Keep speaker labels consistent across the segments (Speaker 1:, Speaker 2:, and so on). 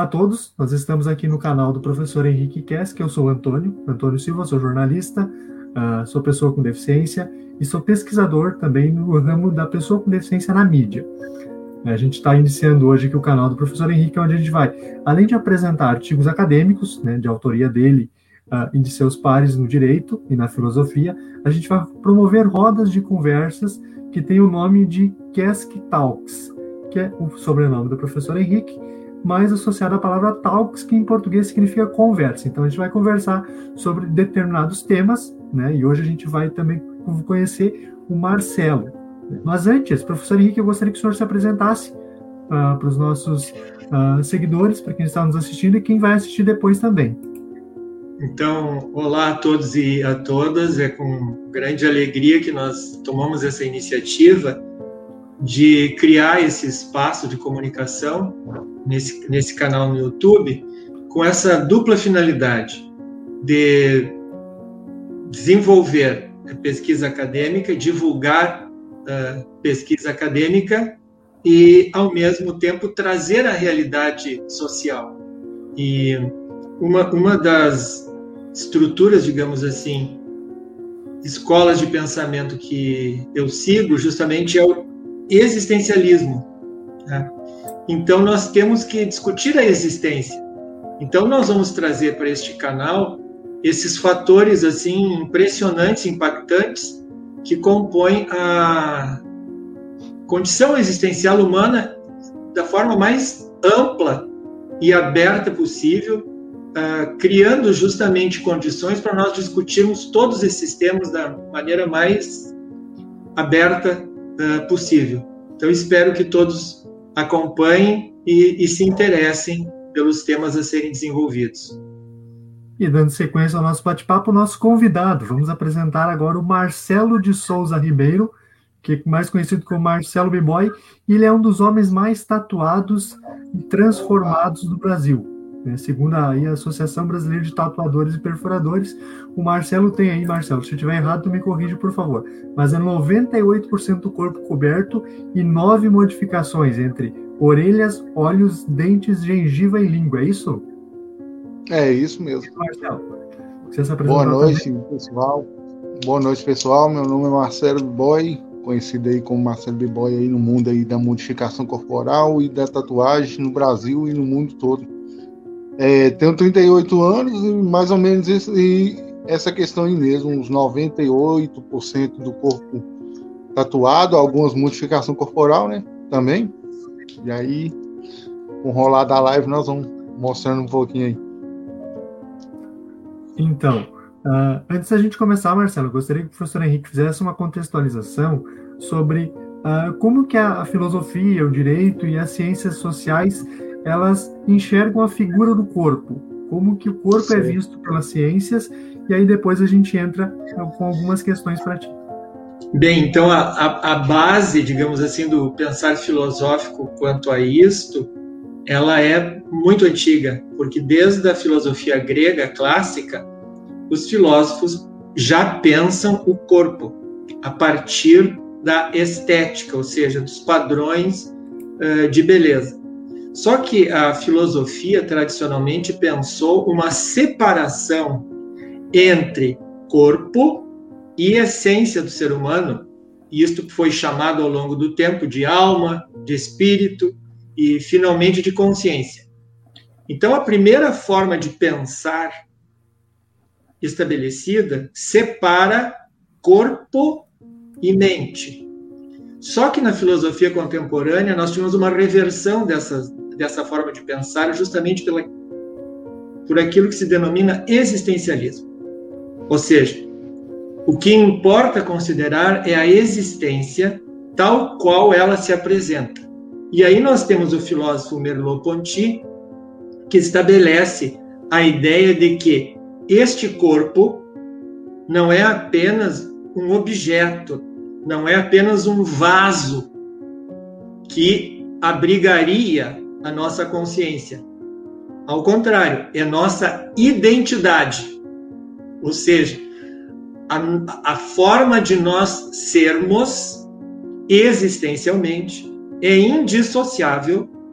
Speaker 1: Olá a todos, nós estamos aqui no canal do Professor Henrique Kess, que eu sou Antônio Silva, sou jornalista, sou pessoa com deficiência e sou pesquisador também no ramo da pessoa com deficiência na mídia. A gente está iniciando hoje aqui o canal do Professor Henrique, onde a gente vai, além de apresentar artigos acadêmicos, né, de autoria dele e de seus pares no direito e na filosofia, a gente vai promover rodas de conversas que tem o nome de Kesk Talks, que é o sobrenome do Professor Henrique, mais associado à palavra talks, que em português significa conversa. Então a gente vai conversar sobre determinados temas, né? E hoje a gente vai também conhecer o Marcelo. Mas antes, professor Henrique, eu gostaria que o senhor se apresentasse para os nossos seguidores, para quem está nos assistindo e quem vai assistir depois também.
Speaker 2: Então, olá a todos e a todas. É com grande alegria que nós tomamos essa iniciativa de criar esse espaço de comunicação nesse canal no YouTube, com essa dupla finalidade de desenvolver pesquisa acadêmica, divulgar pesquisa acadêmica e, ao mesmo tempo, trazer a realidade social. E uma das estruturas, digamos assim, escolas de pensamento que eu sigo justamente é o existencialismo, né? Então nós temos que discutir a existência. Então nós vamos trazer para este canal esses fatores assim impressionantes, impactantes, que compõem a condição existencial humana da forma mais ampla e aberta possível, criando justamente condições para nós discutirmos todos esses temas da maneira mais aberta possível. Então, espero que todos acompanhem e se interessem pelos temas a serem desenvolvidos.
Speaker 1: E dando sequência ao nosso bate-papo, o nosso convidado. Vamos apresentar agora o Marcelo de Souza Ribeiro, que é mais conhecido como Marcelo B-Boy, e ele é um dos homens mais tatuados e transformados do Brasil. Segundo a Associação Brasileira de Tatuadores e Perfuradores, o Marcelo tem aí, Marcelo, se eu estiver errado, tu me corrige, por favor, mas é 98% do corpo coberto e 9 modificações entre orelhas, olhos, dentes, gengiva e língua, é isso?
Speaker 3: É isso mesmo.
Speaker 1: Marcelo, você se
Speaker 3: Boa noite, pessoal. Boa noite, pessoal. Meu nome é Marcelo B-Boy, conhecido aí como Marcelo B-Boy aí no mundo aí da modificação corporal e da tatuagem no Brasil e no mundo todo. Tenho 38 anos e mais ou menos essa questão aí mesmo, uns 98% do corpo tatuado, algumas modificações corporal, né, também. E aí, com o rolar da live, nós vamos mostrando um pouquinho aí.
Speaker 1: Então, antes da gente começar, Marcelo, eu gostaria que o professor Henrique fizesse uma contextualização sobre como que a filosofia, o direito e as ciências sociais elas enxergam a figura do corpo, como que o corpo Sim. É visto pelas ciências, e aí depois a gente entra com algumas questões para ti.
Speaker 2: Bem, então a base, digamos assim, do pensar filosófico quanto a isto, ela é muito antiga, porque desde a filosofia grega clássica, os filósofos já pensam o corpo a partir da estética, ou seja, dos padrões de beleza. Só que a filosofia tradicionalmente pensou uma separação entre corpo e essência do ser humano, e isto foi chamado ao longo do tempo de alma, de espírito e finalmente de consciência. Então a primeira forma de pensar estabelecida separa corpo e mente. Só que na filosofia contemporânea nós tivemos uma reversão dessa forma de pensar justamente por aquilo que se denomina existencialismo. Ou seja, o que importa considerar é a existência tal qual ela se apresenta. E aí nós temos o filósofo Merleau-Ponty, que estabelece a ideia de que este corpo não é apenas um objeto, não é apenas um vaso que abrigaria a nossa consciência. Ao contrário, é nossa identidade. Ou seja, a forma de nós sermos existencialmente é indissociável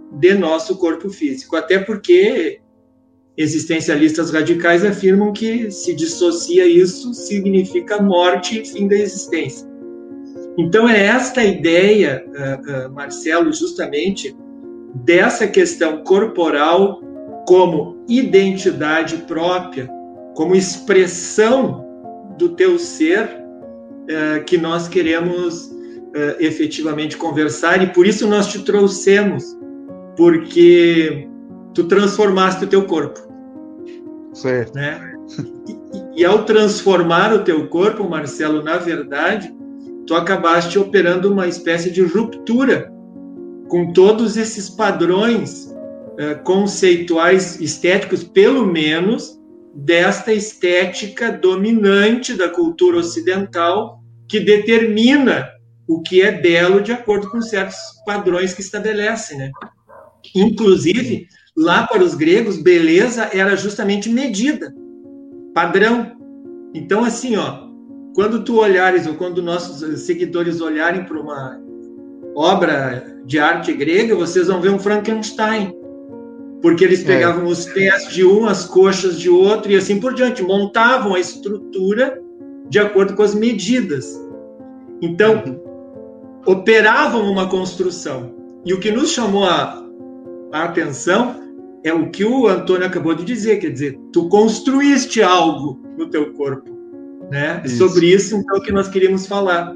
Speaker 2: de nosso corpo físico. Até porque existencialistas radicais afirmam que se dissocia isso, significa morte e fim da existência. Então é esta ideia, Marcelo, justamente dessa questão corporal como identidade própria, como expressão do teu ser, que nós queremos efetivamente conversar, e por isso nós te trouxemos, porque tu transformaste o teu corpo.
Speaker 3: Certo.
Speaker 2: Né? E ao transformar o teu corpo, Marcelo, na verdade, tu acabaste operando uma espécie de ruptura com todos esses padrões conceituais, estéticos, pelo menos, desta estética dominante da cultura ocidental, que determina o que é belo de acordo com certos padrões que estabelecem, né? Inclusive, lá para os gregos, beleza era justamente medida, padrão. Então, assim, quando tu olhares, ou quando nossos seguidores olharem para uma obra de arte grega, vocês vão ver um Frankenstein, porque eles pegavam os pés de um, as coxas de outro, e assim por diante, montavam a estrutura de acordo com as medidas. Então, operavam uma construção. E o que nos chamou a atenção é o que o Antônio acabou de dizer, quer dizer, tu construíste algo no teu corpo, né? Sobre isso, então, que nós queríamos falar.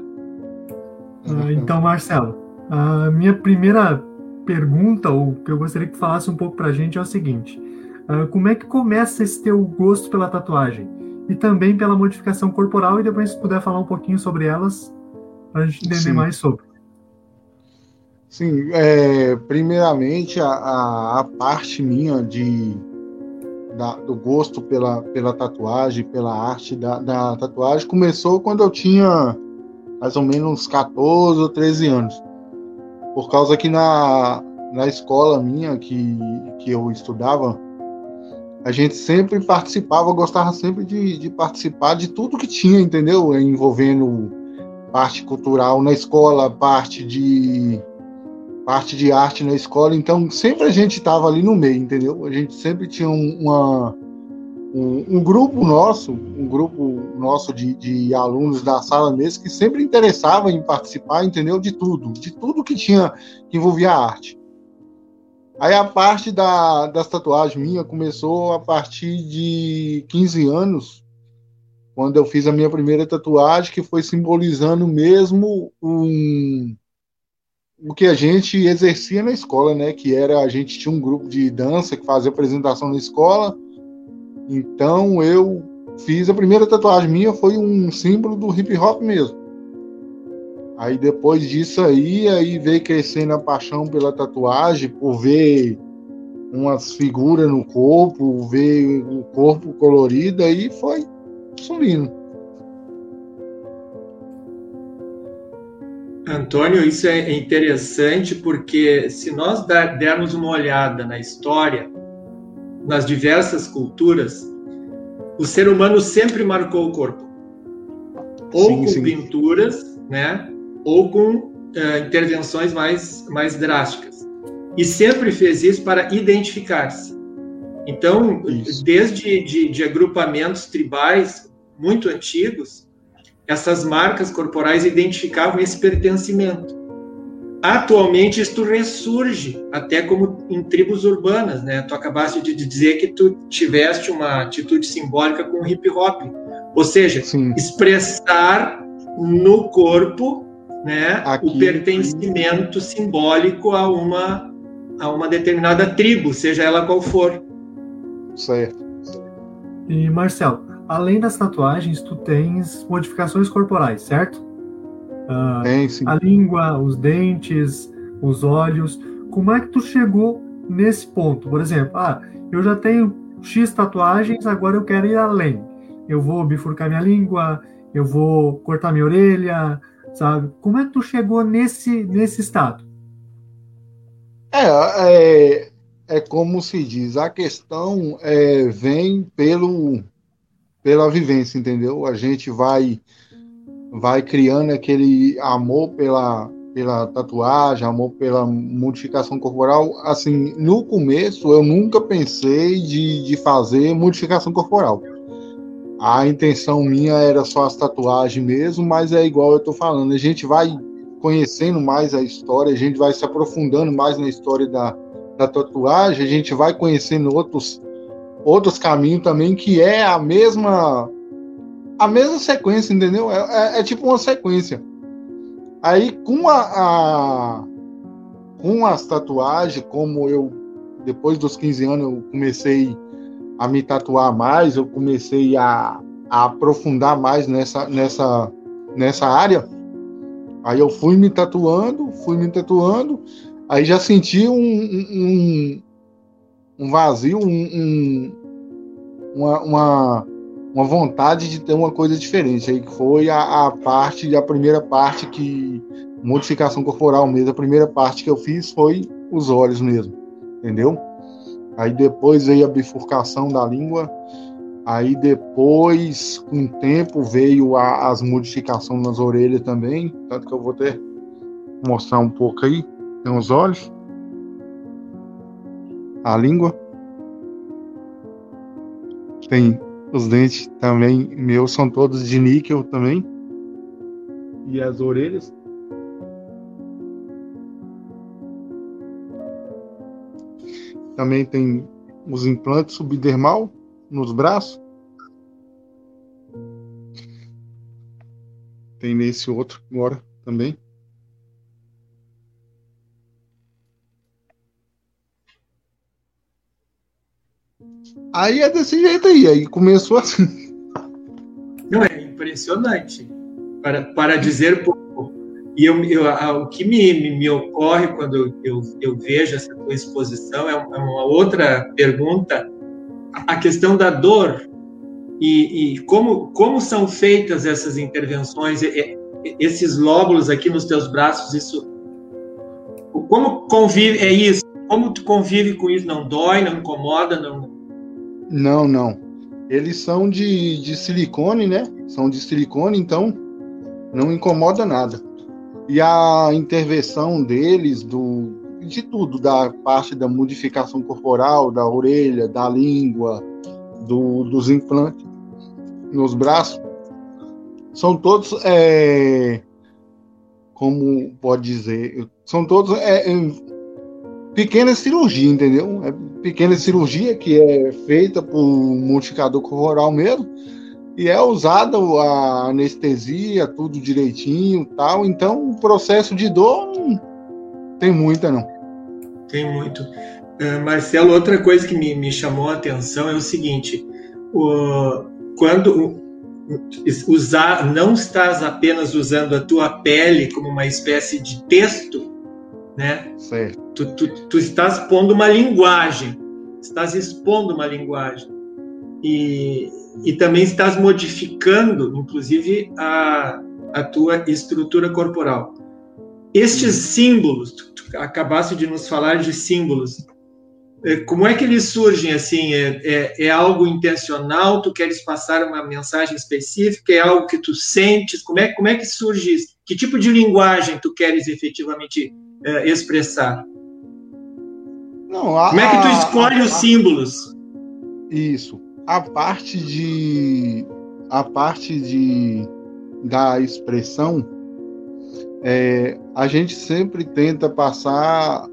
Speaker 1: Então, Marcelo, a minha primeira pergunta, ou que eu gostaria que falasse um pouco para a gente, é o seguinte: como é que começa esse teu gosto pela tatuagem? E também pela modificação corporal, e depois se puder falar um pouquinho sobre elas, para a gente entender mais sobre.
Speaker 3: Sim, primeiramente a parte minha do gosto pela tatuagem, pela arte da tatuagem, começou quando eu tinha mais ou menos 14 ou 13 anos. Por causa que na escola minha que eu estudava, a gente sempre participava, eu gostava sempre de participar de tudo que tinha, entendeu? Envolvendo parte cultural na escola, parte de arte na escola, então sempre a gente estava ali no meio, entendeu? A gente sempre tinha um grupo nosso de alunos da sala mesmo, que sempre interessava em participar, entendeu? De tudo que tinha, que envolvia a arte. Aí a parte das tatuagens minha começou a partir de 15 anos, quando eu fiz a minha primeira tatuagem, que foi simbolizando mesmo o que a gente exercia na escola, né? Que era, a gente tinha um grupo de dança que fazia apresentação na escola. Então eu fiz a primeira tatuagem minha, foi um símbolo do hip hop mesmo. Aí depois disso aí veio crescendo a paixão pela tatuagem, por ver umas figuras no corpo, ver o corpo colorido, aí foi subindo.
Speaker 2: Antônio, isso é interessante porque se nós dermos uma olhada na história, nas diversas culturas, o ser humano sempre marcou o corpo. Ou com pinturas, né? Ou com intervenções mais drásticas. E sempre fez isso para identificar-se. Então, desde de agrupamentos tribais muito antigos, essas marcas corporais identificavam esse pertencimento. Atualmente, isto ressurge, até como em tribos urbanas, né? Tu acabaste de dizer que tu tiveste uma atitude simbólica com o hip hop. Ou seja, expressar no corpo, né, o pertencimento simbólico a uma determinada tribo, seja ela qual for.
Speaker 3: Certo.
Speaker 1: E, Marcelo, além das tatuagens, tu tens modificações corporais, certo?
Speaker 3: Sim.
Speaker 1: A língua, os dentes, os olhos. Como é que tu chegou nesse ponto? Por exemplo, eu já tenho X tatuagens, agora eu quero ir além. Eu vou bifurcar minha língua, eu vou cortar minha orelha, sabe? Como é que tu chegou nesse estado?
Speaker 3: É como se diz, a questão vem pela vivência, entendeu? A gente vai criando aquele amor pela tatuagem, amor pela modificação corporal. Assim, no começo eu nunca pensei de fazer modificação corporal. A intenção minha era só as tatuagens mesmo, mas é igual eu tô falando, a gente vai conhecendo mais a história, a gente vai se aprofundando mais na história da tatuagem, a gente vai conhecendo outros caminhos também, que é a mesma sequência, entendeu? É tipo uma sequência. Aí com as tatuagens, como eu, depois dos 15 anos, eu comecei a me tatuar mais, eu comecei a aprofundar mais nessa área. Aí eu fui me tatuando, aí já senti um vazio, uma vontade de ter uma coisa diferente. Aí foi a primeira parte, que modificação corporal mesmo, a primeira parte que eu fiz foi os olhos mesmo, entendeu? Aí depois veio a bifurcação da língua, aí depois, com o tempo, veio as modificações nas orelhas também, tanto que eu vou até mostrar um pouco aí. Tem os olhos, a língua, tem os dentes também, meus são todos de níquel também, e as orelhas. Também tem os implantes subdermal nos braços. Tem nesse outro agora também. Aí é desse jeito aí começou assim.
Speaker 2: Não, é impressionante, para dizer pouco. E o que me ocorre quando eu vejo essa tua exposição é uma outra pergunta, a questão da dor e como são feitas essas intervenções, esses lóbulos aqui nos teus braços, isso, como convive, é isso? Como tu convive com isso? Não dói, não incomoda, não?
Speaker 3: Não. Eles são de silicone, né? São de silicone, então não incomoda nada. E a intervenção deles, de tudo, da parte da modificação corporal, da orelha, da língua, dos implantes nos braços, são todos, como pode dizer, são todos pequena cirurgia, entendeu? É pequena cirurgia que é feita por modificador corporal mesmo, e é usada a anestesia, tudo direitinho, tal. Então, o processo de dor não tem muita, não.
Speaker 2: Tem muito. Marcelo, outra coisa que me chamou a atenção é o seguinte: quando não estás apenas usando a tua pele como uma espécie de texto, né?
Speaker 3: Certo.
Speaker 2: Tu estás pondo uma linguagem, estás expondo uma linguagem. E também estás modificando, inclusive, a tua estrutura corporal. Estes símbolos, tu acabaste de nos falar de símbolos, como é que eles surgem assim? É algo intencional? Tu queres passar uma mensagem específica? É algo que tu sentes? Como é que surge isso? Que tipo de linguagem tu queres efetivamente expressar?
Speaker 3: Não,
Speaker 2: como é que tu escolhe os símbolos?
Speaker 3: Isso. A parte da expressão, a gente sempre tenta passar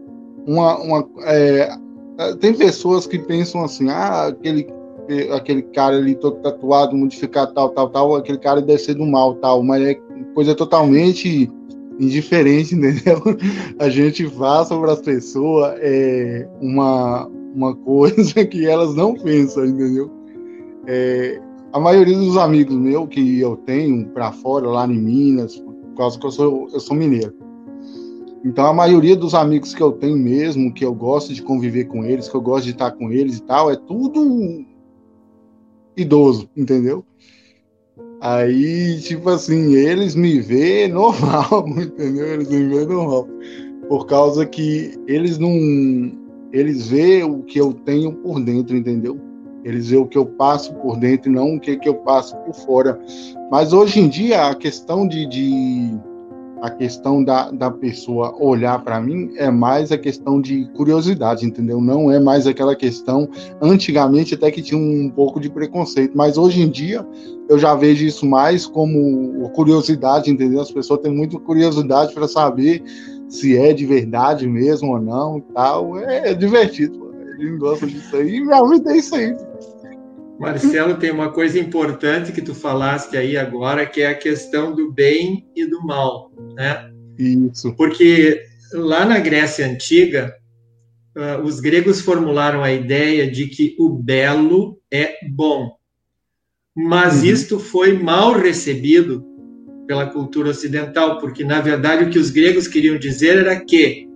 Speaker 3: tem pessoas que pensam assim, aquele cara ali todo tatuado, modificado, tal, aquele cara deve ser do mal, tal, mas é coisa totalmente indiferente, entendeu? A gente passa para as pessoas uma coisa que elas não pensam, entendeu? A maioria dos amigos meus que eu tenho para fora, lá em Minas, por causa que eu sou mineiro. Então, a maioria dos amigos que eu tenho mesmo, que eu gosto de conviver com eles, que eu gosto de estar com eles e tal, é tudo idoso, entendeu? Aí, tipo assim, eles me vê normal, entendeu? Eles me vê normal. Por causa que eles vê o que eu tenho por dentro, entendeu? Eles vê o que eu passo por dentro e não o que eu passo por fora. Mas hoje em dia, a questão a questão da pessoa olhar para mim é mais a questão de curiosidade, entendeu? Não é mais aquela questão, antigamente até que tinha um pouco de preconceito, mas hoje em dia eu já vejo isso mais como curiosidade, entendeu? As pessoas têm muita curiosidade para saber se é de verdade mesmo ou não e tal. É divertido, a gente gosta disso aí, e minha vida é isso aí.
Speaker 2: Marcelo, tem uma coisa importante que tu falaste aí agora, que é a questão do bem e do mal, né?
Speaker 3: Isso.
Speaker 2: Porque lá na Grécia Antiga, os gregos formularam a ideia de que o belo é bom, mas isto foi mal recebido pela cultura ocidental, porque, na verdade, o que os gregos queriam dizer era que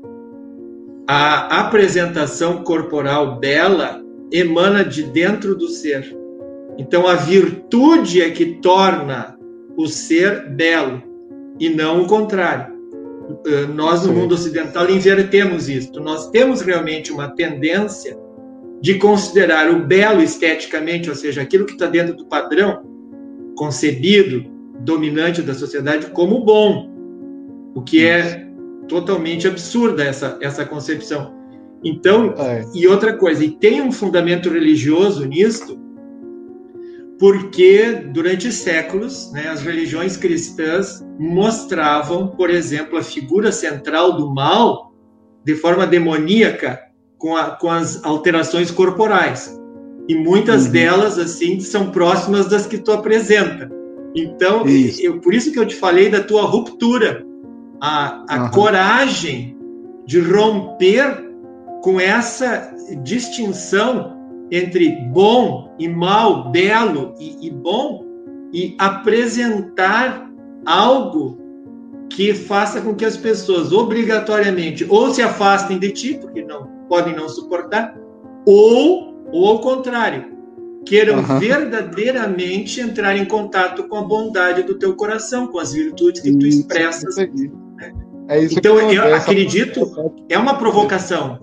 Speaker 2: a apresentação corporal bela emana de dentro do ser. Então, a virtude é que torna o ser belo, e não o contrário. Nós, no mundo ocidental, invertemos isso. Nós temos realmente uma tendência de considerar o belo esteticamente, ou seja, aquilo que está dentro do padrão concebido, dominante da sociedade, como bom, o que é totalmente absurda essa concepção. Então, e outra coisa, e tem um fundamento religioso nisto, porque durante séculos, né, as religiões cristãs mostravam, por exemplo, a figura central do mal de forma demoníaca com as alterações corporais. E muitas delas, assim, são próximas das que tu apresenta. Então, por isso que eu te falei da tua ruptura, a coragem de romper com essa distinção entre bom e mal, belo e bom, e apresentar algo que faça com que as pessoas obrigatoriamente ou se afastem de ti, porque podem não suportar, ou ao contrário, queiram verdadeiramente entrar em contato com a bondade do teu coração, com as virtudes que tu expressas. Então, eu acredito, é uma provocação.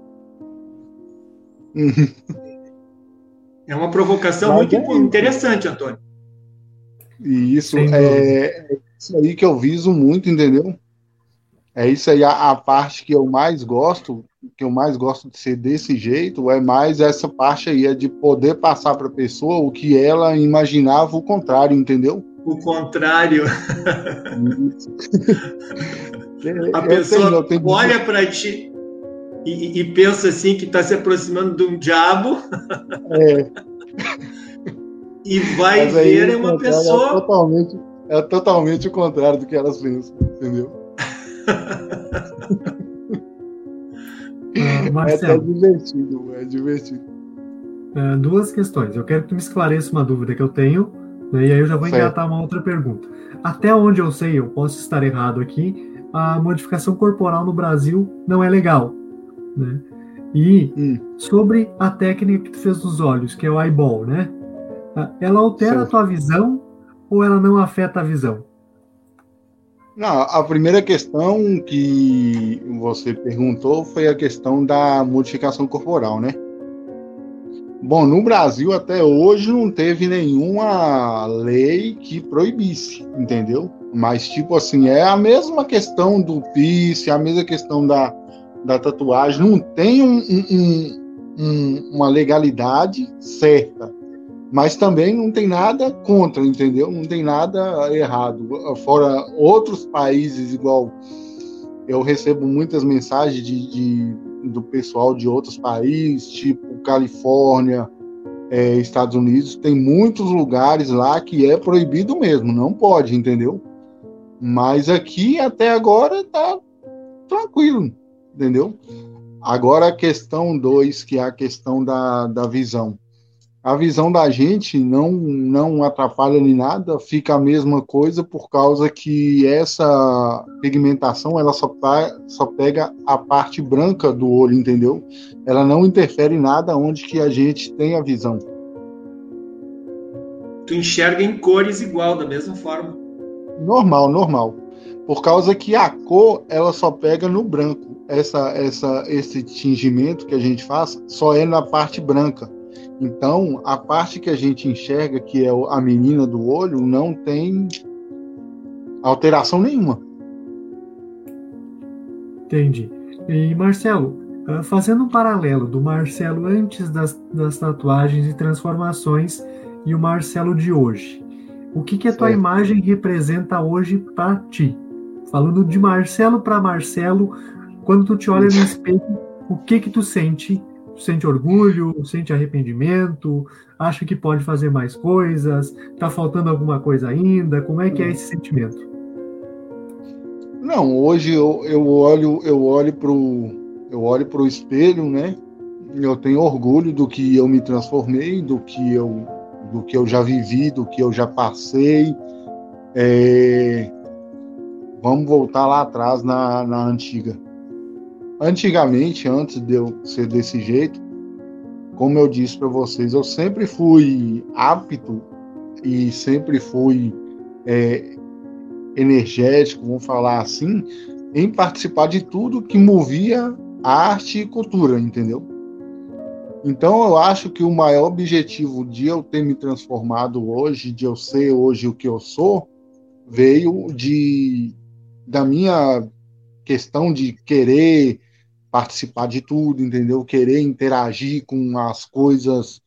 Speaker 2: É uma provocação muito interessante, Antônio.
Speaker 3: E isso é isso aí que eu viso muito, entendeu? É isso aí a parte que eu mais gosto de ser desse jeito, é mais essa parte aí, é de poder passar para a pessoa o que ela imaginava o contrário, entendeu?
Speaker 2: O contrário. A pessoa olha para ti e pensa assim que está se aproximando de um diabo. E vai ver uma pessoa.
Speaker 3: É totalmente o contrário do que elas pensam, entendeu?
Speaker 1: Marcelo,
Speaker 3: é divertido.
Speaker 1: Duas questões. Eu quero que tu me esclareça uma dúvida que eu tenho, né, e aí eu já vou engatar uma outra pergunta. Até onde eu sei, eu posso estar errado aqui, a modificação corporal no Brasil não é legal, né? E sobre a técnica que tu fez dos olhos, que é o eyeball, né? Ela altera a tua visão ou ela não afeta a visão?
Speaker 3: Não, a primeira questão que você perguntou foi a questão da modificação corporal, né? Bom, no Brasil até hoje não teve nenhuma lei que proibisse, entendeu? Mas, tipo assim, é a mesma questão do piercing, a mesma questão da tatuagem, não tem uma legalidade certa. Mas também não tem nada contra, entendeu? Não tem nada errado. Fora outros países, igual eu recebo muitas mensagens do pessoal de outros países, tipo Califórnia, Estados Unidos, tem muitos lugares lá que é proibido mesmo, não pode, entendeu? Mas aqui até agora tá tranquilo, entendeu? Agora a questão 2, que é a questão da visão. A visão da gente não atrapalha nem nada, fica a mesma coisa por causa que essa pigmentação ela só pega a parte branca do olho, entendeu? Ela não interfere em nada onde que a gente tem a visão.
Speaker 2: Tu enxerga em cores igual, da mesma forma.
Speaker 3: Normal. Por causa que a cor ela só pega no branco. Esse tingimento que a gente faz só é na parte branca. Então, a parte que a gente enxerga, que é a menina do olho, não tem alteração nenhuma,
Speaker 1: Entendi. E, Marcelo, fazendo um paralelo do Marcelo antes das tatuagens e transformações e o Marcelo de hoje, o que a tua imagem representa hoje para ti? Falando de Marcelo para Marcelo, quando tu te olha no espelho, o que tu sente? Tu sente orgulho, sente arrependimento, acha que pode fazer mais coisas, tá faltando alguma coisa ainda? Como é que é esse sentimento?
Speaker 3: Não, hoje eu olho pro espelho, né? Eu tenho orgulho do que eu me transformei, do que eu já vivi, do que eu já passei. Vamos voltar lá atrás na antiga. Antigamente, antes de eu ser desse jeito, como eu disse para vocês, eu sempre fui apto e sempre fui energético, vamos falar assim, em participar de tudo que movia arte e cultura, entendeu? Então eu acho que o maior objetivo de eu ter me transformado hoje, de eu ser hoje o que eu sou, veio da minha questão de querer participar de tudo, entendeu? Querer interagir com as coisas,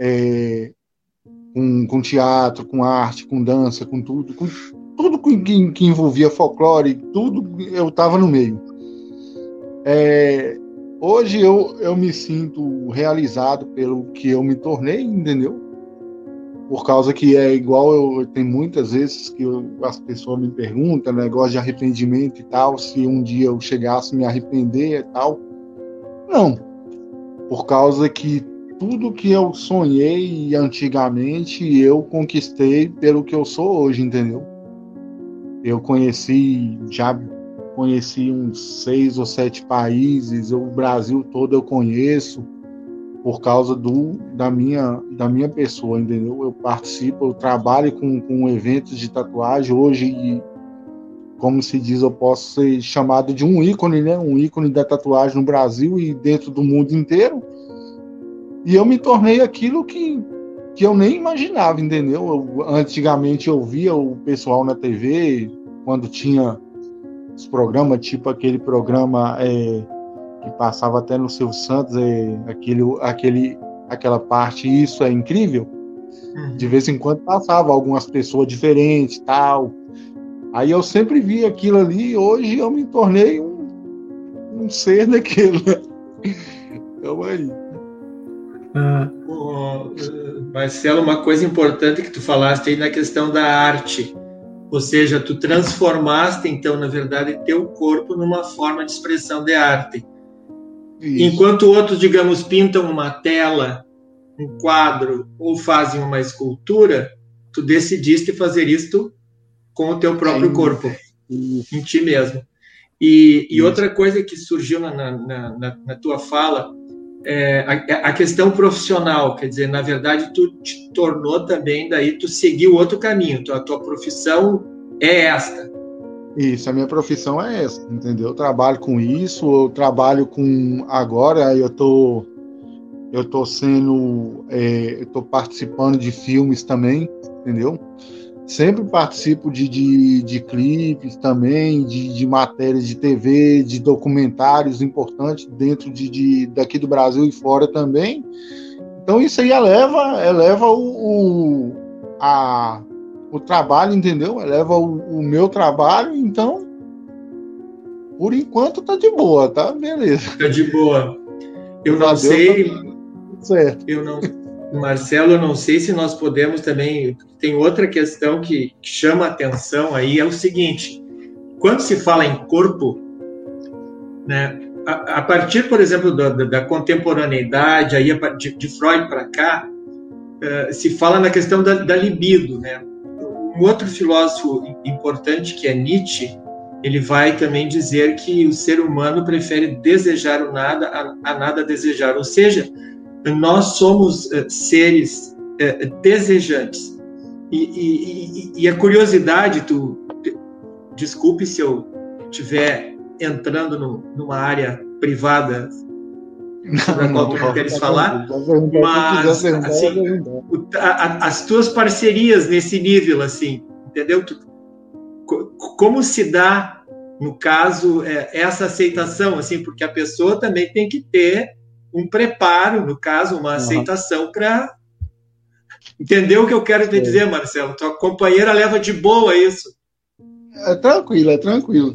Speaker 3: com teatro, com arte, com dança, com tudo que envolvia folclore, tudo eu estava no meio. Hoje eu me sinto realizado pelo que eu me tornei, entendeu? Por causa que é igual, tem muitas vezes que as pessoas me perguntam, negócio de arrependimento e tal, se um dia eu chegasse a me arrepender e tal. Não, por causa que tudo que eu sonhei antigamente, eu conquistei pelo que eu sou hoje, entendeu? Já conheci uns 6 ou 7 países, o Brasil todo eu conheço, por causa da minha pessoa, entendeu? Eu participo, eu trabalho com eventos de tatuagem hoje e, como se diz, eu posso ser chamado de um ícone, né? Um ícone da tatuagem no Brasil e dentro do mundo inteiro. E eu me tornei aquilo que eu nem imaginava, entendeu? Antigamente eu via o pessoal na TV, quando tinha os programas, tipo aquele programa que passava até no Silvio Santos, aquela parte, Isso é Incrível. De vez em quando passava algumas pessoas diferentes, tal. Aí eu sempre vi aquilo ali, e hoje eu me tornei um ser daquilo. Então aí.
Speaker 2: Marcelo, uma coisa importante que tu falaste aí na questão da arte, ou seja, tu transformaste, então, na verdade, teu corpo numa forma de expressão de arte. Isso. Enquanto outros, digamos, pintam uma tela, um quadro ou fazem uma escultura, tu decidiste fazer isto com o teu próprio corpo, em ti mesmo. E outra coisa que surgiu na tua fala é a questão profissional, quer dizer, na verdade, tu te tornou também, daí tu seguiu outro caminho, a tua profissão é esta.
Speaker 3: Isso, a minha profissão é essa, entendeu? Eu trabalho com isso, eu trabalho com... Agora eu tô participando de filmes também, entendeu? Sempre participo de clipes também, de matérias de TV, de documentários importantes dentro daqui do Brasil e fora também. Então isso aí eleva o trabalho, entendeu? Eleva o meu trabalho, então, por enquanto tá de boa, tá? Beleza.
Speaker 2: Tá de boa. Eu não sei...
Speaker 3: Certo.
Speaker 2: Marcelo, eu não sei se nós podemos também... Tem outra questão que chama a atenção aí, é o seguinte: quando se fala em corpo, né, a partir, por exemplo, da contemporaneidade, aí de Freud para cá, se fala na questão da libido, né? Um outro filósofo importante, que é Nietzsche, ele vai também dizer que o ser humano prefere desejar o nada a nada desejar, ou seja, nós somos seres desejantes. E a curiosidade, desculpe se eu estiver entrando numa área privada da qual tu não queres falar, mas assim, as tuas parcerias nesse nível, assim, entendeu? Como se dá no caso, essa aceitação, assim, porque a pessoa também tem que ter um preparo, no caso, uma aceitação para... Entendeu o que eu quero te dizer, Marcelo? Tua companheira leva de boa isso.
Speaker 3: É tranquilo, é tranquilo.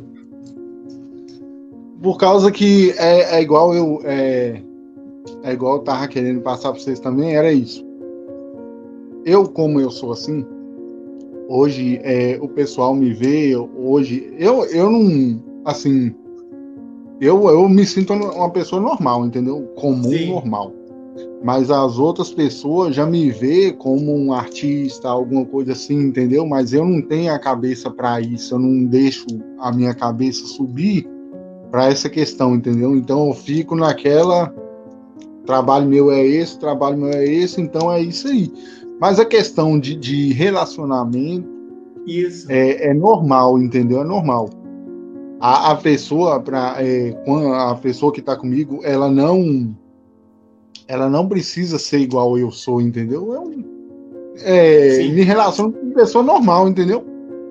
Speaker 3: Por causa que é igual igual eu tava querendo passar para vocês também, era isso. Como eu sou assim, hoje o pessoal me vê, hoje, eu não, assim, eu me sinto uma pessoa normal, entendeu? Comum, sim, normal. Mas as outras pessoas já me vê como um artista, alguma coisa assim, entendeu? Mas eu não tenho a cabeça para isso, eu não deixo a minha cabeça subir para essa questão, entendeu? Então eu fico naquela, trabalho meu é esse, então é isso aí. Mas a questão de relacionamento é normal, entendeu? É normal. A pessoa, a pessoa que está comigo, ela não precisa ser igual eu sou, entendeu? Me relaciono com pessoa normal, entendeu?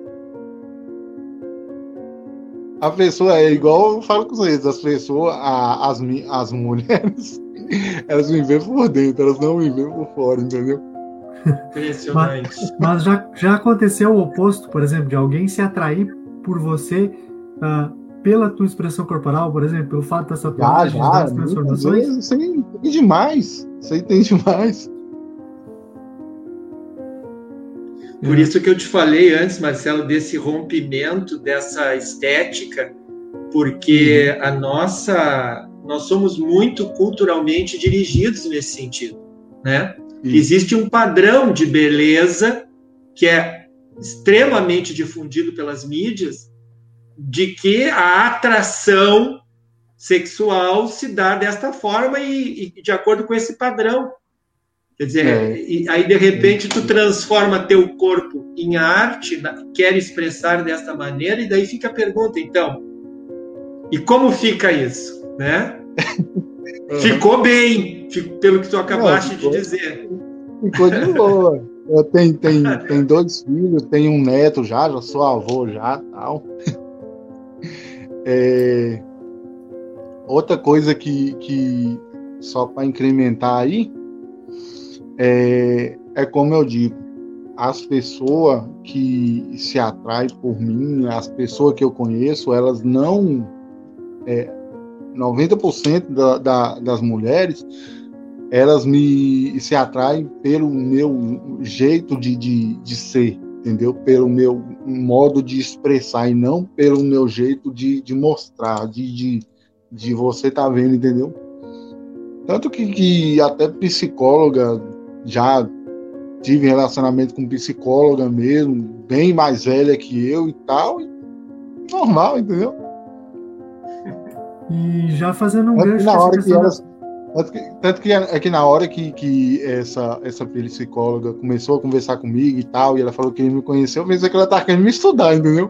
Speaker 3: A pessoa é igual eu falo com vocês, as pessoas, as mulheres, elas me veem por dentro, elas não me veem por fora, entendeu?
Speaker 2: Impressionante.
Speaker 1: Mas já aconteceu o oposto, por exemplo, de alguém se atrair por você pela tua expressão corporal, por exemplo, pelo fato das tatuagens, das transformações?
Speaker 3: Isso aí tem demais. Isso aí tem demais.
Speaker 2: Por isso que eu te falei antes, Marcelo, desse rompimento, dessa estética, porque nós somos muito culturalmente dirigidos nesse sentido, né? Existe um padrão de beleza que é extremamente difundido pelas mídias, de que a atração sexual se dá desta forma e de acordo com esse padrão. Quer dizer, aí de repente tu transforma teu corpo em arte, quer expressar desta maneira, e daí fica a pergunta, então, e como fica isso, né? Ficou bem, pelo que tu acabaste de dizer.
Speaker 3: Ficou de boa. Eu tenho 2 filhos, tenho um neto já sou avô já, tal. Outra coisa que só para incrementar aí, é como eu digo, as pessoas que se atraem por mim, as pessoas que eu conheço, elas não... 90% das mulheres, elas se atraem pelo meu jeito de ser, entendeu? Pelo meu modo de expressar e não pelo meu jeito de mostrar, de você tá vendo, entendeu? Tanto que até psicóloga, já tive relacionamento com psicóloga mesmo, bem mais velha que eu e tal, e normal, entendeu?
Speaker 1: E já fazendo um gancho...
Speaker 3: Tanto que na hora que essa psicóloga começou a conversar comigo e tal, e ela falou que me conheceu, eu pensei que ela tá querendo me estudar, entendeu?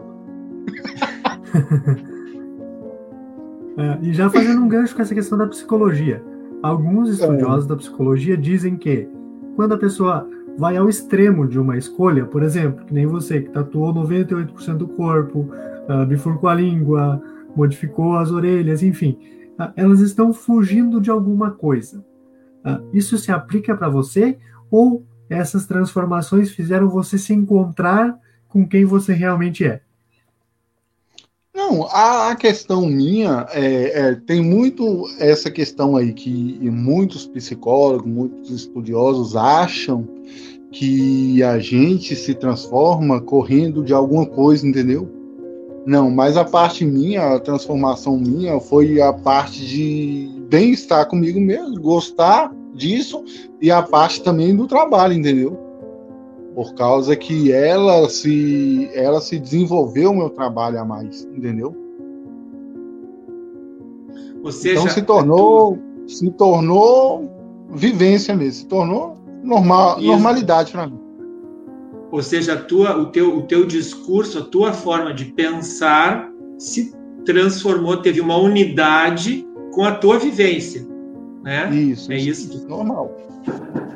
Speaker 1: E já fazendo um gancho com essa questão da psicologia. Alguns estudiosos da psicologia dizem que quando a pessoa vai ao extremo de uma escolha, por exemplo, que nem você, que tatuou 98% do corpo, bifurcou a língua, modificou as orelhas, enfim, elas estão fugindo de alguma coisa. Isso se aplica para você, ou essas transformações fizeram você se encontrar com quem você realmente é?
Speaker 3: Não, a questão minha tem muito essa questão aí que muitos psicólogos, muitos estudiosos acham que a gente se transforma correndo de alguma coisa, entendeu? Não, mas a parte minha, a transformação minha foi a parte de bem-estar comigo mesmo, gostar disso, e a parte também do trabalho, entendeu? Por causa que ela se desenvolveu o meu trabalho a mais, entendeu?
Speaker 2: Ou seja,
Speaker 3: então se tornou vivência mesmo, se tornou normalidade para mim.
Speaker 2: Ou seja, o teu discurso, a tua forma de pensar se transformou, teve uma unidade com a tua vivência, né?
Speaker 3: Isso. Normal.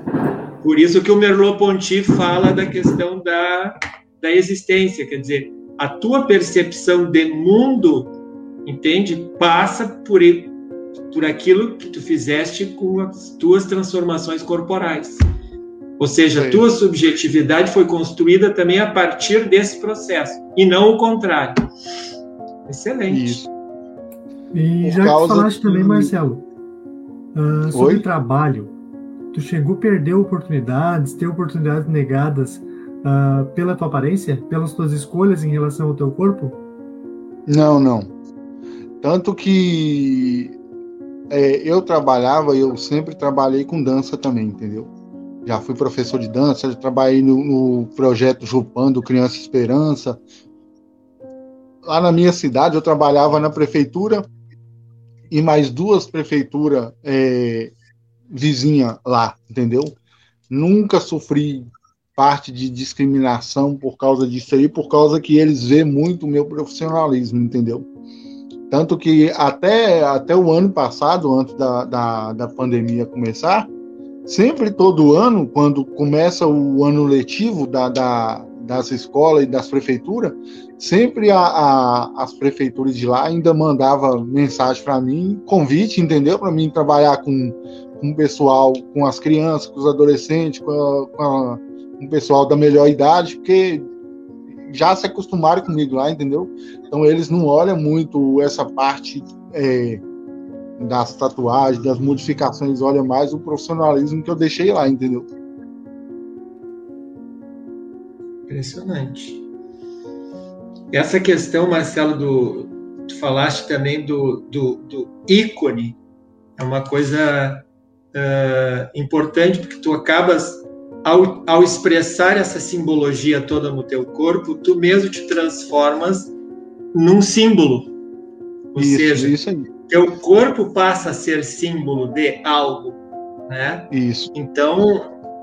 Speaker 2: Por isso que o Merleau-Ponty fala da questão da existência, quer dizer, a tua percepção de mundo, entende? Passa por aquilo que tu fizeste com as tuas transformações corporais. Ou seja, a tua subjetividade foi construída também a partir desse processo, e não o contrário. Excelente.
Speaker 3: Isso.
Speaker 1: E já que tu falaste também, Marcelo, sobre trabalho, tu chegou a perder oportunidades, ter oportunidades negadas pela tua aparência, pelas tuas escolhas em relação ao teu corpo?
Speaker 3: Não. Tanto que eu sempre trabalhei com dança também, entendeu? Já fui professor de dança, já trabalhei no projeto Jupando Criança Esperança. Lá na minha cidade, eu trabalhava na prefeitura e mais 2 prefeituras vizinha lá, entendeu? Nunca sofri parte de discriminação por causa disso aí, por causa que eles veem muito o meu profissionalismo, entendeu? Tanto que até o ano passado, antes da pandemia começar, sempre todo ano, quando começa o ano letivo das escolas e das prefeituras, sempre as prefeituras de lá ainda mandavam mensagem para mim, convite, entendeu? Para mim trabalhar com o pessoal, com as crianças, com os adolescentes, com o pessoal da melhor idade, porque já se acostumaram comigo lá, entendeu? Então eles não olham muito essa parte das tatuagens, das modificações, olha mais o profissionalismo que eu deixei lá, entendeu?
Speaker 2: Impressionante. Essa questão, Marcelo, tu falaste também do ícone, é uma coisa importante, porque tu acabas, ao expressar essa simbologia toda no teu corpo, tu mesmo te transformas num símbolo. Ou seja,
Speaker 3: isso aí.
Speaker 2: Teu corpo passa a ser símbolo de algo, né?
Speaker 3: Isso.
Speaker 2: Então,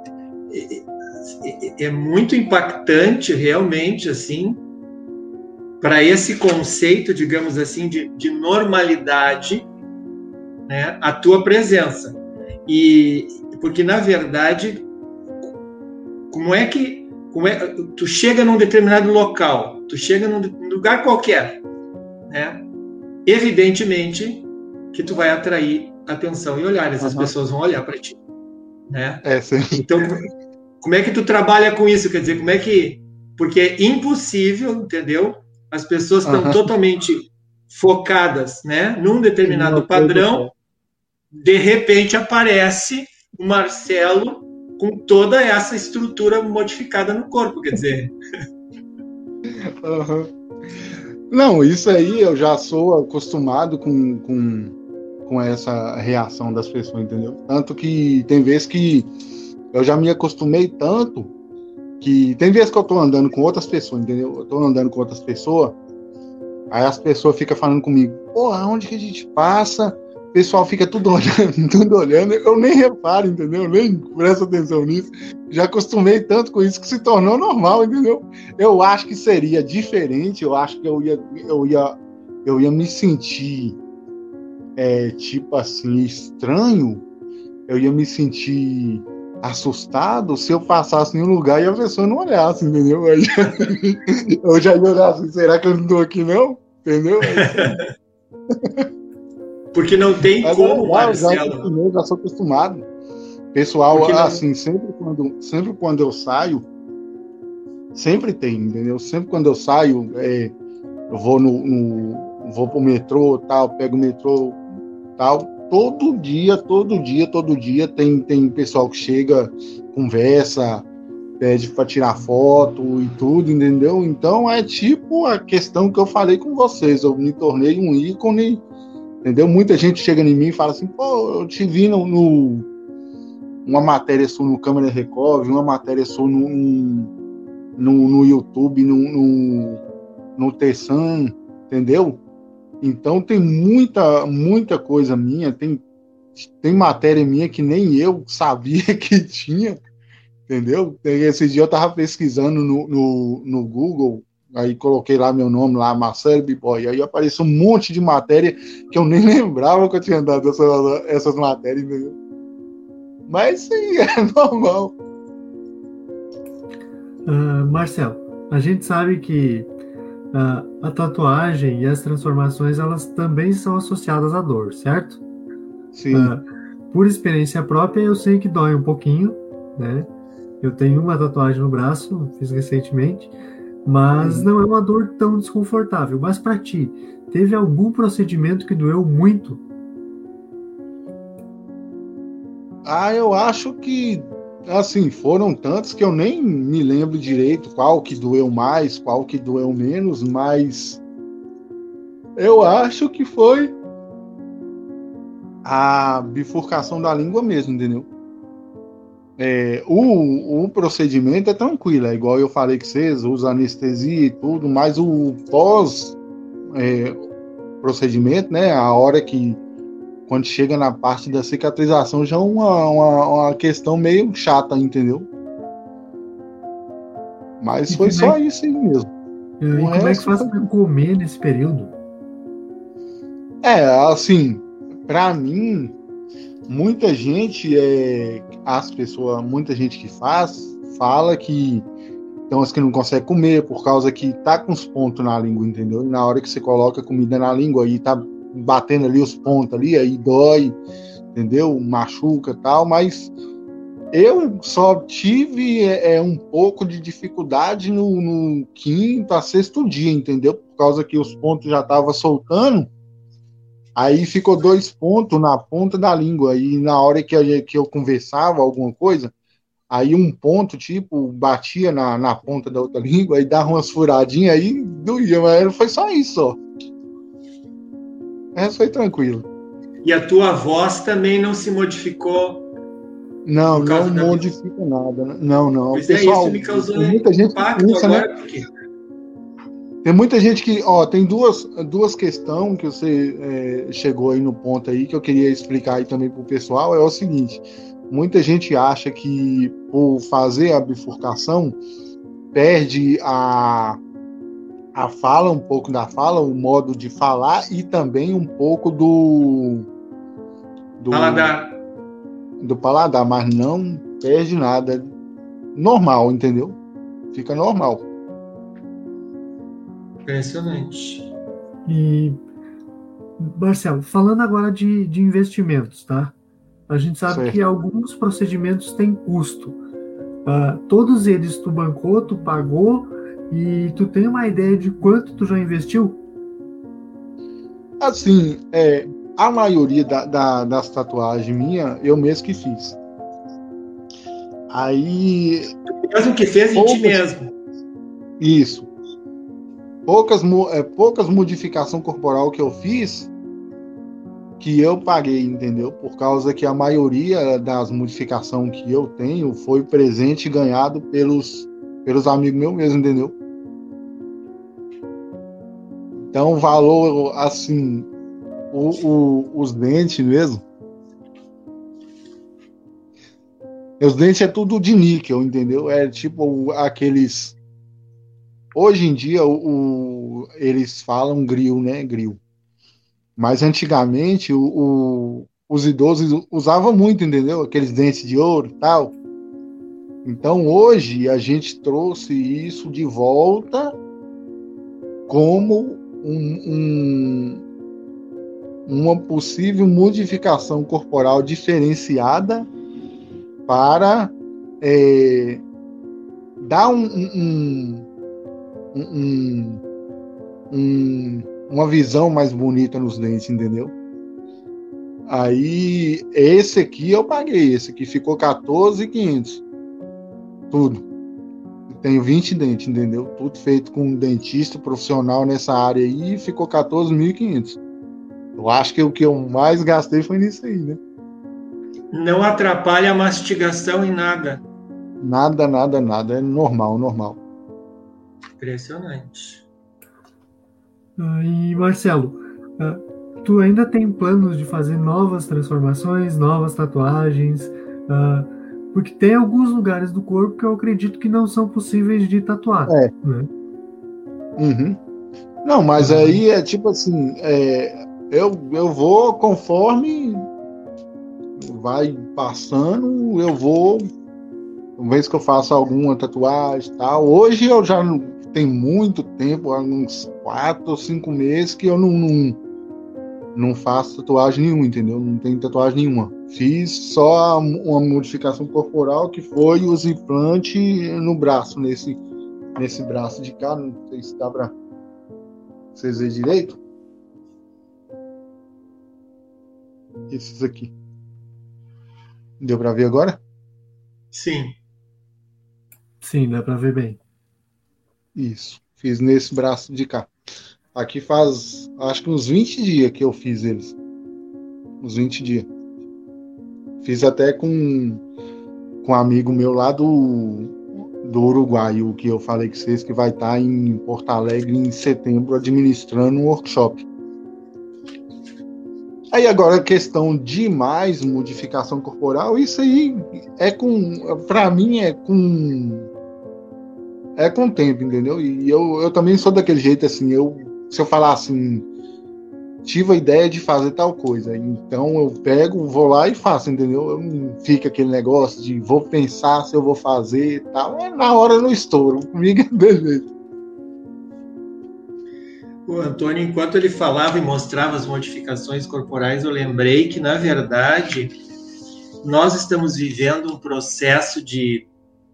Speaker 2: é muito impactante, realmente, assim, para esse conceito, digamos assim, de normalidade, né? A tua presença. Porque, na verdade, tu chega num determinado local, tu chega num lugar qualquer, né? Evidentemente que tu vai atrair atenção e olhares, as pessoas vão olhar para ti, né? Então, como é que tu trabalha com isso? Quer dizer, porque é impossível, entendeu? As pessoas estão totalmente focadas, né, num determinado padrão, de repente aparece o Marcelo com toda essa estrutura modificada no corpo, quer dizer...
Speaker 3: Não, isso aí eu já sou acostumado com essa reação das pessoas, entendeu? Tanto que tem vezes que eu já me acostumei tanto que tem vezes que eu tô andando com outras pessoas, entendeu? Eu tô andando com outras pessoas, aí as pessoas ficam falando comigo, porra, onde que a gente passa? O pessoal fica tudo olhando, eu nem reparo, entendeu? Eu nem presto atenção nisso. Já acostumei tanto com isso que se tornou normal, entendeu? Eu acho que seria diferente, eu acho que eu ia me sentir tipo assim, estranho, eu ia me sentir assustado se eu passasse em um lugar e a pessoa não olhasse, entendeu? Eu já ia olhar assim, será que eu não tô aqui não? Entendeu?
Speaker 2: Porque não tem como, Marcelo.
Speaker 3: Eu já sou acostumado. Pessoal, assim, sempre quando eu saio, sempre tem, entendeu? Sempre quando eu saio, eu vou vou pro metrô, tal, pego o metrô, tal. Todo dia tem pessoal que chega, conversa, pede para tirar foto e tudo, entendeu? Então é tipo a questão que eu falei com vocês, eu me tornei um ícone, entendeu? Muita gente chega em mim e fala assim, pô, eu te vi uma matéria sua no Câmara Record, uma matéria sua no YouTube, no Tessan, entendeu? Então tem muita coisa minha, tem matéria minha que nem eu sabia que tinha, entendeu? Esse dia eu tava pesquisando no Google, aí coloquei lá meu nome, lá, Marcelo B-Boy, aí apareceu um monte de matéria que eu nem lembrava que eu tinha dado essas matérias, entendeu? Mas sim, é normal.
Speaker 1: Marcelo, a gente sabe que A tatuagem e as transformações, elas também são associadas à dor, certo?
Speaker 3: Sim.
Speaker 1: Por experiência própria, eu sei que dói um pouquinho, né? Eu tenho uma tatuagem no braço, fiz recentemente, mas não é uma dor tão desconfortável. Mas para ti, teve algum procedimento que doeu muito?
Speaker 3: Eu acho que, assim, foram tantos que eu nem me lembro direito qual que doeu mais, qual que doeu menos, mas eu acho que foi a bifurcação da língua mesmo, entendeu? O procedimento é tranquilo, é igual eu falei que vocês, usa anestesia e tudo, mas o pós-procedimento, né, a hora que, quando chega na parte da cicatrização, já é uma questão meio chata, entendeu? Mas foi só isso aí mesmo.
Speaker 1: E como é que faz para comer nesse período?
Speaker 3: Assim, para mim, muita gente muita gente que fala que tem umas que não consegue comer por causa que tá com os pontos na língua, entendeu? E na hora que você coloca a comida na língua aí tá batendo ali os pontos ali, aí dói, entendeu? Machuca e tal, mas eu só tive um pouco de dificuldade no quinto a sexto dia, entendeu? Por causa que os pontos já estavam soltando. Aí ficou 2 pontos na ponta da língua. E na hora que eu conversava alguma coisa, aí um ponto, tipo, batia na ponta da outra língua, aí dava umas furadinhas, aí doía, mas foi só isso, ó. Essa foi tranquilo.
Speaker 2: E a tua voz também não se modificou?
Speaker 3: Não modifica nada. Não.
Speaker 2: Pois
Speaker 3: pessoal,
Speaker 2: isso me causou
Speaker 3: muita gente
Speaker 2: impacto
Speaker 3: pensa,
Speaker 2: agora,
Speaker 3: né?
Speaker 2: porque...
Speaker 3: Tem muita gente que, tem duas questões que você chegou aí no ponto aí que eu queria explicar aí também para o pessoal. É o seguinte: muita gente acha que por fazer a bifurcação perde a fala, um pouco da fala, o modo de falar e também um pouco do paladar, mas não perde nada. Normal, entendeu? Fica normal.
Speaker 2: Impressionante.
Speaker 1: E, Marcelo, falando agora de investimentos, tá? A gente sabe
Speaker 3: Certo.
Speaker 1: que alguns procedimentos têm custo. Todos eles tu bancou, tu pagou, e tu tem uma ideia de quanto tu já investiu?
Speaker 3: Assim, a maioria das tatuagens minha, eu mesmo que fiz. Aí...
Speaker 2: Mesmo que fez em ti mesmo.
Speaker 3: Isso. Poucas modificações corporal que eu fiz que eu paguei, entendeu? Por causa que a maioria das modificações que eu tenho foi presente ganhado pelos amigos meus mesmo, entendeu? Então, o valor, assim, os dentes mesmo, os dentes é tudo de níquel, entendeu? É tipo aqueles... Hoje em dia, eles falam grill, né? Grill. Mas antigamente, os idosos usavam muito, entendeu? Aqueles dentes de ouro e tal. Então, hoje, a gente trouxe isso de volta como uma possível modificação corporal diferenciada para dar uma visão mais bonita nos dentes, entendeu? Aí, esse aqui eu paguei, esse aqui ficou 14.500, tudo. Tenho 20 dentes, entendeu? Tudo feito com um dentista profissional nessa área aí, ficou 14.500. Eu acho que o que eu mais gastei foi nisso aí, né?
Speaker 2: Não atrapalha a mastigação em nada.
Speaker 3: Nada, é normal.
Speaker 2: Impressionante.
Speaker 1: E Marcelo, tu ainda tem planos de fazer novas transformações, novas tatuagens? Porque tem alguns lugares do corpo que eu acredito que não são possíveis de tatuar. Né?
Speaker 3: Uhum. Não, mas aí é tipo assim, eu vou conforme vai passando, uma vez que eu faço alguma tatuagem e tal. Hoje eu já tem muito tempo, há uns 4 ou 5 meses que eu não faço tatuagem nenhuma, entendeu? Não tenho tatuagem nenhuma. Fiz só uma modificação corporal, que foi os implantes no braço, nesse braço de cá. Não sei se dá para vocês verem direito. Esses aqui. Deu para ver agora?
Speaker 2: Sim.
Speaker 1: Sim, dá para ver bem.
Speaker 3: Isso. Fiz nesse braço de cá. Aqui faz, acho que uns 20 dias que eu fiz eles. Uns 20 dias. Fiz até com um amigo meu lá do Uruguai, o que eu falei com vocês, que vai estar em Porto Alegre em setembro, administrando um workshop. Aí agora a questão de mais modificação corporal, isso aí pra mim é com o tempo, entendeu? E eu também sou daquele jeito, assim, se eu falar assim, tive a ideia de fazer tal coisa, então eu pego, vou lá e faço, entendeu? Eu não fico aquele negócio de vou pensar se eu vou fazer e tal, na hora eu não estouro, comigo é beleza.
Speaker 2: O Antônio, enquanto ele falava e mostrava as modificações corporais, eu lembrei que, na verdade, nós estamos vivendo um processo de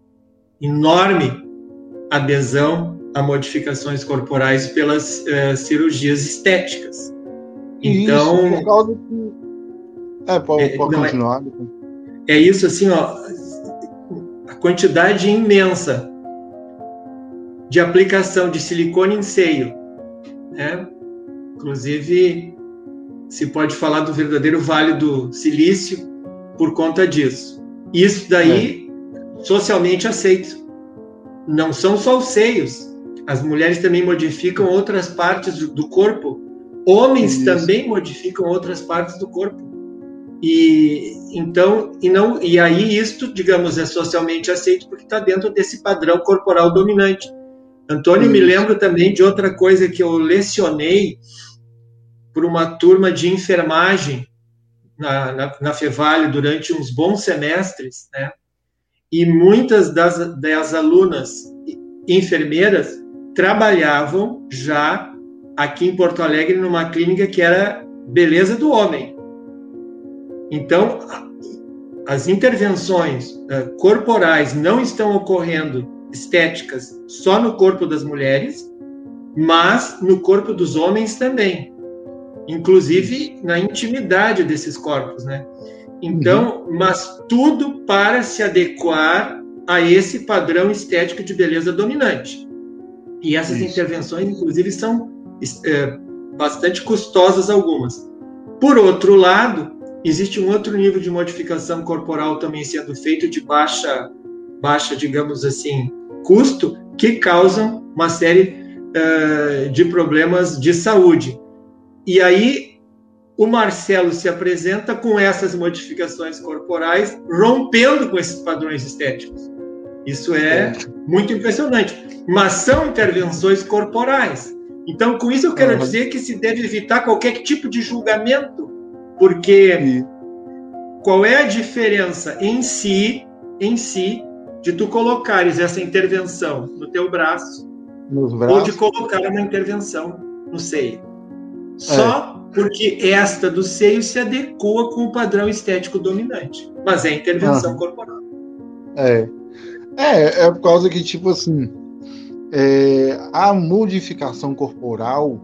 Speaker 2: enorme adesão a modificações corporais pelas cirurgias estéticas. Então,
Speaker 3: isso, por causa que... pode continuar.
Speaker 2: É isso, assim, ó, a quantidade imensa de aplicação de silicone em seio, né? Inclusive, se pode falar do verdadeiro Vale do Silício por conta disso. Isso daí, socialmente aceito. Não são só os seios. As mulheres também modificam outras partes do corpo. Homens também modificam outras partes do corpo. E aí isto, digamos, é socialmente aceito porque está dentro desse padrão corporal dominante. Antônio, me lembro também de outra coisa que eu lecionei por uma turma de enfermagem na Fevale durante uns bons semestres, né? E muitas das alunas enfermeiras trabalhavam já aqui em Porto Alegre numa clínica que era Beleza do Homem. Então, as intervenções corporais não estão ocorrendo estéticas só no corpo das mulheres, mas no corpo dos homens também, inclusive na intimidade desses corpos, né? Então, mas tudo para se adequar a esse padrão estético de beleza dominante. E essas intervenções, inclusive, são bastante custosas algumas. Por outro lado, existe um outro nível de modificação corporal também sendo feito de baixa, digamos assim, custo, que causam uma série de problemas de saúde. E aí o Marcelo se apresenta com essas modificações corporais, rompendo com esses padrões estéticos. Isso é muito impressionante. Mas são intervenções corporais. Então, com isso eu quero dizer que se deve evitar qualquer tipo de julgamento, porque qual é a diferença em si, de tu colocares essa intervenção no teu braço, ou de colocar uma intervenção no seio? Só porque esta do seio se adequa com o padrão estético dominante. Mas é intervenção corporal.
Speaker 3: É por causa que, tipo assim, a modificação corporal,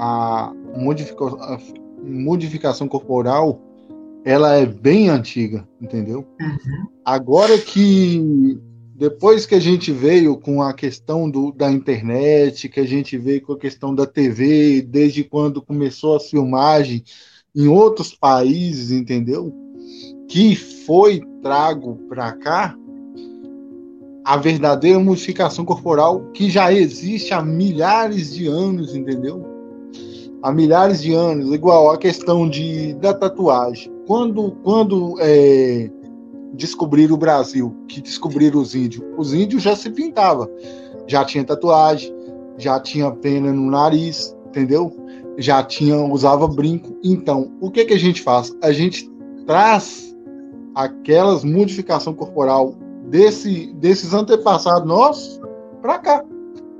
Speaker 3: modificação corporal, ela é bem antiga, entendeu? Agora que, depois que a gente veio com a questão da internet, que a gente veio com a questão da TV, desde quando começou a filmagem em outros países, entendeu? Que foi trago para cá a verdadeira modificação corporal que já existe há milhares de anos, entendeu? Há milhares de anos, igual a questão da tatuagem. Quando descobriram o Brasil, que descobriram os índios já se pintavam, já tinha tatuagem, já tinha pena no nariz, entendeu? Usava brinco. Então, o que a gente faz? A gente traz aquelas modificação corporal desses antepassados nossos para cá.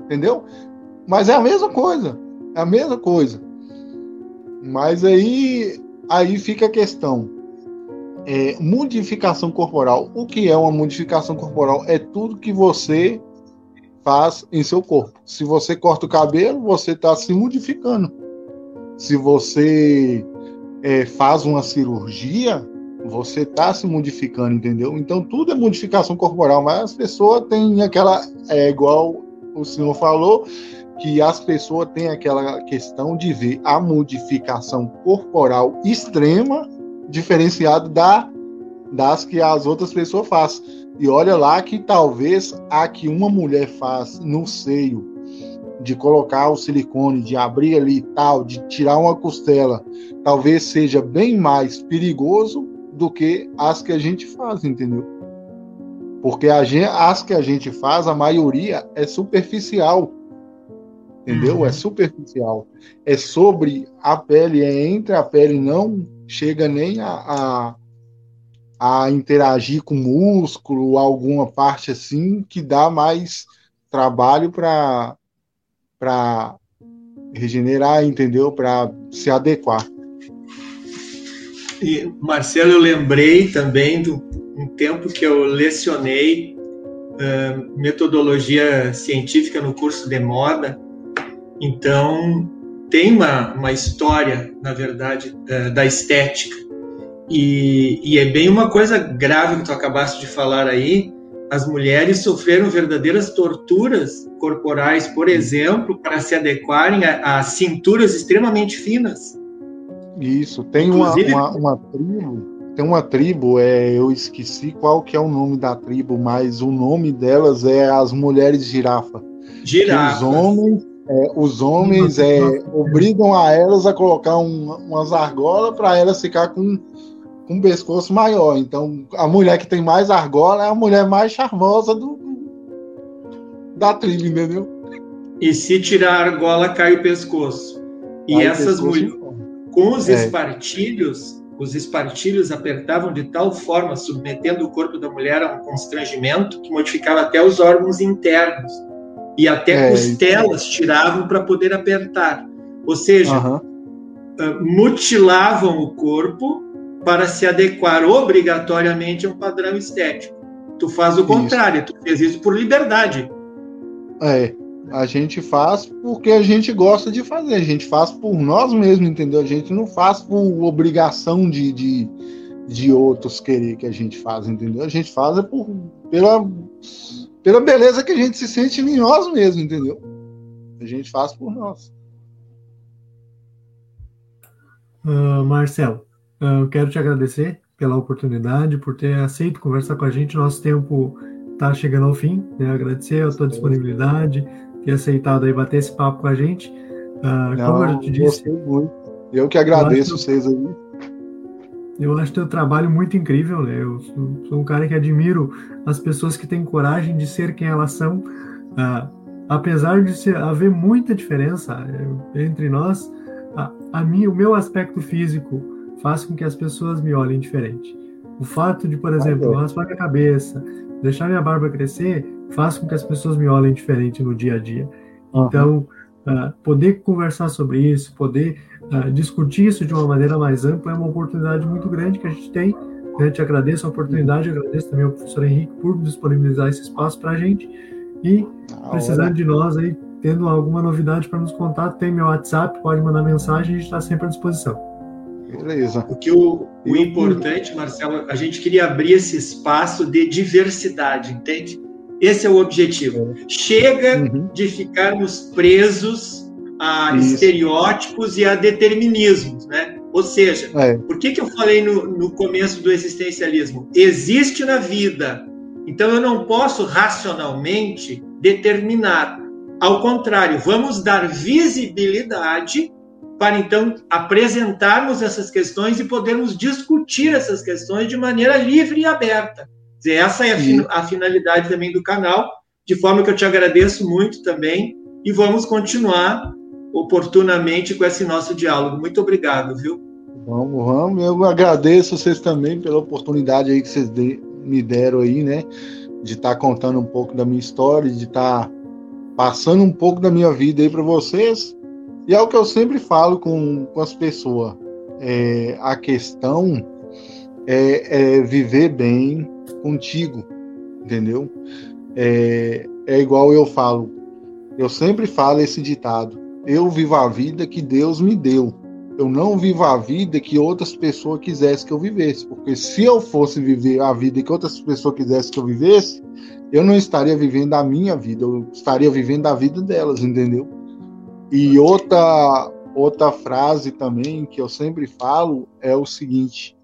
Speaker 3: entendeu? Mas é a mesma coisa, é a mesma coisa. Mas aí fica a questão. Modificação corporal. O que é uma modificação corporal? É tudo que você faz em seu corpo. Se você corta o cabelo, você está se modificando. Se você faz uma cirurgia, você está se modificando, entendeu? Então tudo é modificação corporal, mas as pessoas têm aquela, igual o senhor falou, que as pessoas têm aquela questão de ver a modificação corporal extrema diferenciado das que as outras pessoas fazem. E olha lá que talvez a que uma mulher faz no seio, de colocar o silicone, de abrir ali e tal, de tirar uma costela, talvez seja bem mais perigoso do que as que a gente faz, entendeu? Porque as que a gente faz, a maioria é superficial, entendeu? É superficial. É sobre a pele, entre a pele, não chega nem a interagir com músculo, alguma parte assim, que dá mais trabalho para regenerar, entendeu? Para se adequar.
Speaker 2: E, Marcelo, eu lembrei também de um tempo que eu lecionei metodologia científica no curso de moda. Então, tem uma história, na verdade, da estética. E é bem uma coisa grave que tu acabaste de falar aí. As mulheres sofreram verdadeiras torturas corporais, por exemplo, para se adequarem a cinturas extremamente finas.
Speaker 3: Isso, tem uma tribo, eu esqueci qual que é o nome da tribo, mas o nome delas é as mulheres girafa. Os homens obrigam a elas a colocar umas argolas para elas ficar com um pescoço maior. Então, a mulher que tem mais argola é a mulher mais charmosa da tribo, entendeu?
Speaker 2: E se tirar a argola, cai o pescoço. E essas mulheres, com os espartilhos apertavam de tal forma, submetendo o corpo da mulher a um constrangimento que modificava até os órgãos internos. E até costelas tiravam para poder apertar. Ou seja, mutilavam o corpo para se adequar obrigatoriamente a um padrão estético. Tu faz o contrário, tu fez isso por liberdade.
Speaker 3: A gente faz porque a gente gosta de fazer, a gente faz por nós mesmos, entendeu? A gente não faz por obrigação de outros querer que a gente faz, entendeu? A gente faz pela beleza que a gente se sente em nós mesmos, entendeu? A gente faz por nós.
Speaker 1: Marcelo, eu quero te agradecer pela oportunidade, por ter aceito conversar com a gente. Nosso tempo está chegando ao fim, né? Agradecer a tua disponibilidade, ter aceitado aí bater esse papo com a gente. Como eu já te disse,
Speaker 3: eu que agradeço vocês aí.
Speaker 1: Eu acho teu trabalho muito incrível, né? Eu sou um cara que admiro as pessoas que têm coragem de ser quem elas são, apesar de haver muita diferença entre nós. O meu aspecto físico faz com que as pessoas me olhem diferente. O fato de, por exemplo, raspar minha cabeça, deixar minha barba crescer, faz com que as pessoas me olhem diferente no dia a dia. Então, poder conversar sobre isso, poder discutir isso de uma maneira mais ampla é uma oportunidade muito grande que a gente tem. Eu te agradeço a oportunidade, agradeço também ao professor Henrique por disponibilizar esse espaço para a gente. E precisando de nós aí, tendo alguma novidade para nos contar, tem meu WhatsApp, pode mandar mensagem, a gente está sempre à disposição.
Speaker 3: Beleza.
Speaker 2: Porque o importante, Marcelo, a gente queria abrir esse espaço de diversidade, entende? Esse é o objetivo. Chega de ficarmos presos a estereótipos e a determinismos, né? Ou seja, por que eu falei no começo do existencialismo? Existe na vida, então eu não posso racionalmente determinar. Ao contrário, vamos dar visibilidade para então apresentarmos essas questões e podermos discutir essas questões de maneira livre e aberta. Essa é a finalidade também do canal, de forma que eu te agradeço muito também e vamos continuar oportunamente com esse nosso diálogo. Muito obrigado, viu?
Speaker 3: Vamos. Eu agradeço vocês também pela oportunidade aí que vocês me deram aí, né? De estar contando um pouco da minha história, de estar passando um pouco da minha vida aí para vocês. E é o que eu sempre falo com as pessoas. A questão é viver bem contigo, entendeu? É igual eu falo. Eu sempre falo esse ditado. Eu vivo a vida que Deus me deu. Eu não vivo a vida que outras pessoas quisessem que eu vivesse. Porque se eu fosse viver a vida que outras pessoas quisessem que eu vivesse, eu não estaria vivendo a minha vida. Eu estaria vivendo a vida delas, entendeu? E outra frase também que eu sempre falo é o seguinte.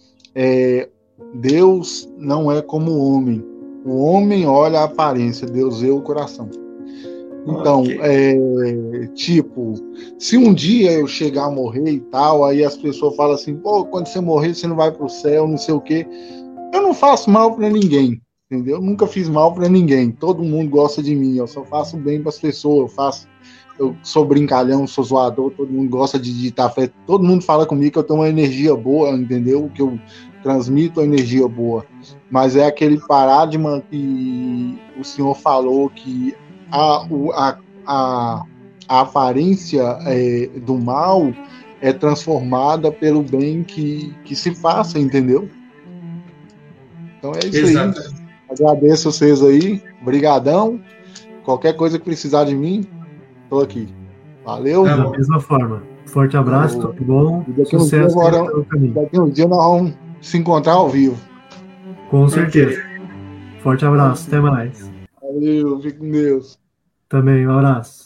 Speaker 3: Deus não é como o homem. O homem olha a aparência, Deus vê o coração. Então, tipo, se um dia eu chegar a morrer e tal, aí as pessoas falam assim, pô, quando você morrer você não vai pro céu, não sei o quê. Eu não faço mal pra ninguém, entendeu? Eu nunca fiz mal pra ninguém. Todo mundo gosta de mim, eu só faço bem pras pessoas, eu sou brincalhão, sou zoador, todo mundo gosta de digitar fé, todo mundo fala comigo que eu tenho uma energia boa, entendeu? Que eu transmito uma energia boa. Mas é aquele paradigma que o senhor falou que a aparência do mal é transformada pelo bem que se faça, entendeu? Então é isso. Exato. Aí. Agradeço vocês aí. Obrigadão. Qualquer coisa que precisar de mim, estou aqui. Valeu.
Speaker 1: Da mesma forma. Forte abraço, tudo bom.
Speaker 3: Sucesso no caminho. Daqui um dia nós vamos se encontrar ao vivo.
Speaker 1: Com certeza. Forte abraço. Até mais.
Speaker 3: Valeu. Fique com Deus.
Speaker 1: Também, um abraço.